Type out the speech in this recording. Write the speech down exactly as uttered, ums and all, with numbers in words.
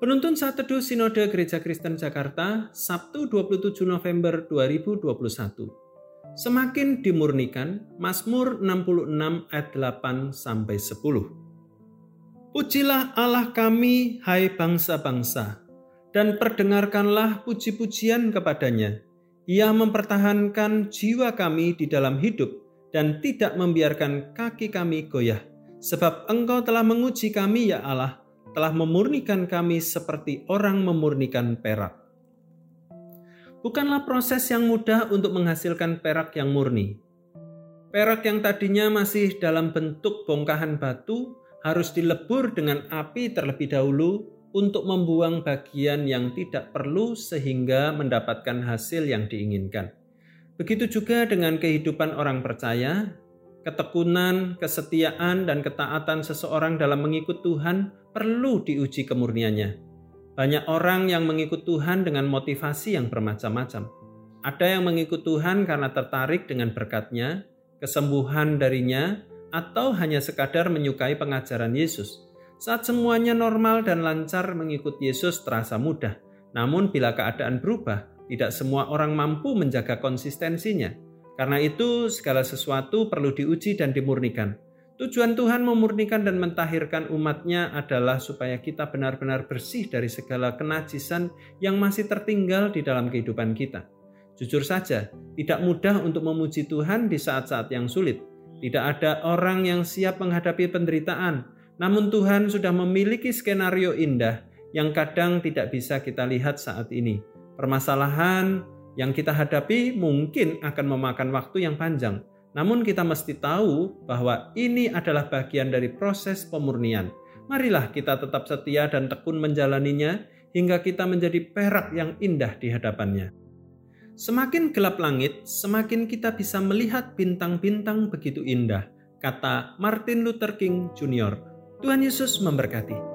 Penuntun Saat Teduh Sinode Gereja Kristen Jakarta, Sabtu dua puluh tujuh November dua ribu dua puluh satu. Semakin dimurnikan, Mazmur enam puluh enam ayat delapan sampai sepuluh. Pujilah Allah kami, hai bangsa-bangsa, dan perdengarkanlah puji-pujian kepadanya. Ia mempertahankan jiwa kami di dalam hidup dan tidak membiarkan kaki kami goyah. Sebab Engkau telah menguji kami, ya Allah, telah memurnikan kami seperti orang memurnikan perak. Bukanlah proses yang mudah untuk menghasilkan perak yang murni. Perak yang tadinya masih dalam bentuk bongkahan batu harus dilebur dengan api terlebih dahulu untuk membuang bagian yang tidak perlu sehingga mendapatkan hasil yang diinginkan. Begitu juga dengan kehidupan orang percaya. Ketekunan, kesetiaan, dan ketaatan seseorang dalam mengikut Tuhan perlu diuji kemurniannya. Banyak orang yang mengikut Tuhan dengan motivasi yang bermacam-macam. Ada yang mengikut Tuhan karena tertarik dengan berkat-Nya, kesembuhan darinya, atau hanya sekadar menyukai pengajaran Yesus. Saat semuanya normal dan lancar, mengikut Yesus terasa mudah. Namun bila keadaan berubah, tidak semua orang mampu menjaga konsistensinya. Karena itu, segala sesuatu perlu diuji dan dimurnikan. Tujuan Tuhan memurnikan dan mentahirkan umat-Nya adalah supaya kita benar-benar bersih dari segala kenajisan yang masih tertinggal di dalam kehidupan kita. Jujur saja, tidak mudah untuk memuji Tuhan di saat-saat yang sulit. Tidak ada orang yang siap menghadapi penderitaan, namun Tuhan sudah memiliki skenario indah yang kadang tidak bisa kita lihat saat ini. Permasalahan yang kita hadapi mungkin akan memakan waktu yang panjang. Namun kita mesti tahu bahwa ini adalah bagian dari proses pemurnian. Marilah kita tetap setia dan tekun menjalaninya hingga kita menjadi perak yang indah di hadapannya. Semakin gelap langit, semakin kita bisa melihat bintang-bintang begitu indah, kata Martin Luther King Junior Tuhan Yesus memberkati.